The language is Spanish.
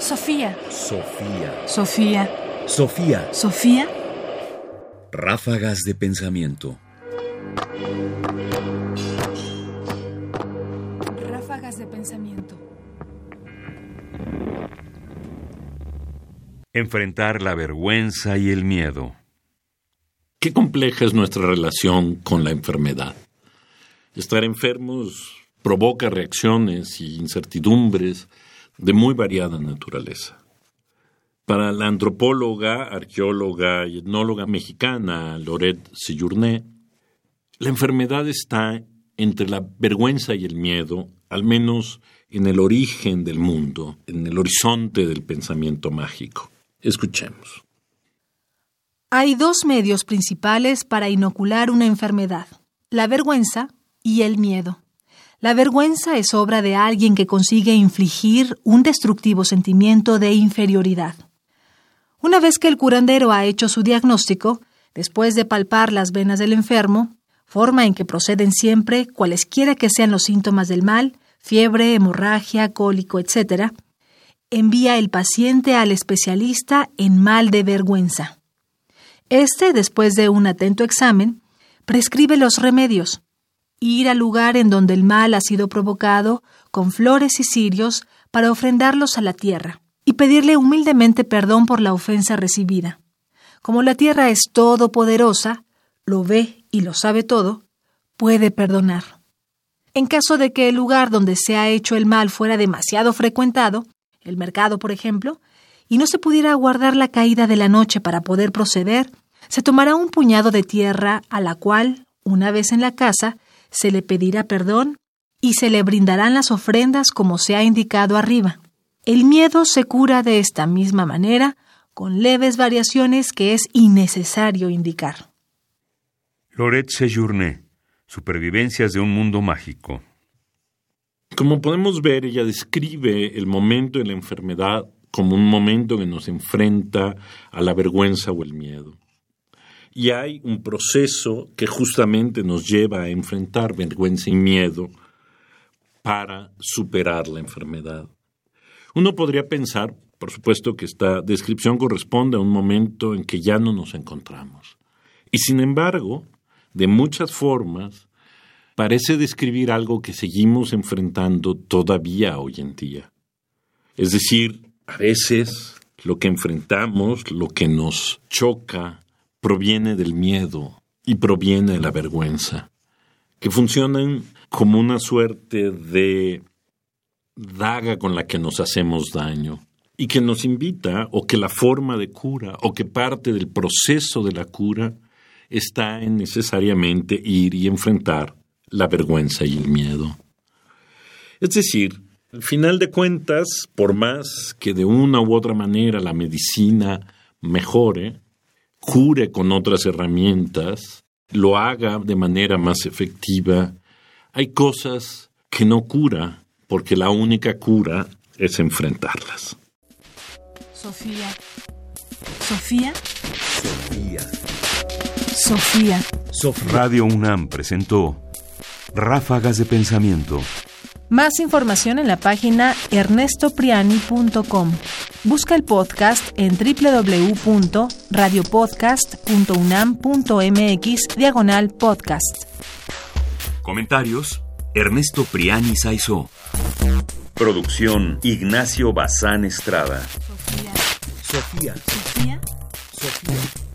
Sofía. Sofía. Sofía. Sofía. Sofía. Ráfagas de pensamiento. Ráfagas de pensamiento. Enfrentar la vergüenza y el miedo. Qué compleja es nuestra relación con la enfermedad. Estar enfermos provoca reacciones y incertidumbres de muy variada naturaleza. Para la antropóloga, arqueóloga y etnóloga mexicana Laurette Sejourné, la enfermedad está entre la vergüenza y el miedo, al menos en el origen del mundo, en el horizonte del pensamiento mágico. Escuchemos. Hay dos medios principales para inocular una enfermedad: la vergüenza y el miedo. La vergüenza es obra de alguien que consigue infligir un destructivo sentimiento de inferioridad. Una vez que el curandero ha hecho su diagnóstico, después de palpar las venas del enfermo, forma en que proceden siempre, cualesquiera que sean los síntomas del mal, fiebre, hemorragia, cólico, etc., envía el paciente al especialista en mal de vergüenza. Este, después de un atento examen, prescribe los remedios: ir al lugar en donde el mal ha sido provocado con flores y cirios para ofrendarlos a la tierra y pedirle humildemente perdón por la ofensa recibida. Como la tierra es todopoderosa, lo ve y lo sabe todo, puede perdonar. En caso de que el lugar donde se ha hecho el mal fuera demasiado frecuentado, el mercado, por ejemplo, y no se pudiera aguardar la caída de la noche para poder proceder, se tomará un puñado de tierra a la cual, una vez en la casa, se le pedirá perdón y se le brindarán las ofrendas como se ha indicado arriba. El miedo se cura de esta misma manera, con leves variaciones que es innecesario indicar. Laurette Sejourné, Supervivencias de un mundo mágico. Como podemos ver, ella describe el momento de la enfermedad como un momento que nos enfrenta a la vergüenza o el miedo. Y hay un proceso que justamente nos lleva a enfrentar vergüenza y miedo para superar la enfermedad. Uno podría pensar, por supuesto, que esta descripción corresponde a un momento en que ya no nos encontramos. Y sin embargo, de muchas formas, parece describir algo que seguimos enfrentando todavía hoy en día. Es decir, a veces lo que enfrentamos, lo que nos choca, proviene del miedo y proviene de la vergüenza, que funcionan como una suerte de daga con la que nos hacemos daño y que nos invita, o que la forma de cura, o que parte del proceso de la cura está en necesariamente ir y enfrentar la vergüenza y el miedo. Es decir, al final de cuentas, por más que de una u otra manera la medicina mejore, cure con otras herramientas, lo haga de manera más efectiva, hay cosas que no cura, porque la única cura es enfrentarlas. Sofía. Sofía. Sofía. Sofía. Sofía. Radio UNAM presentó Ráfagas de pensamiento. Más información en la página ernestopriani.com. Busca el podcast en www.radiopodcast.unam.mx/podcast. Comentarios: Ernesto Priani Saizó. Producción: Ignacio Bazán Estrada. Sofía. Sofía. Sofía. Sofía.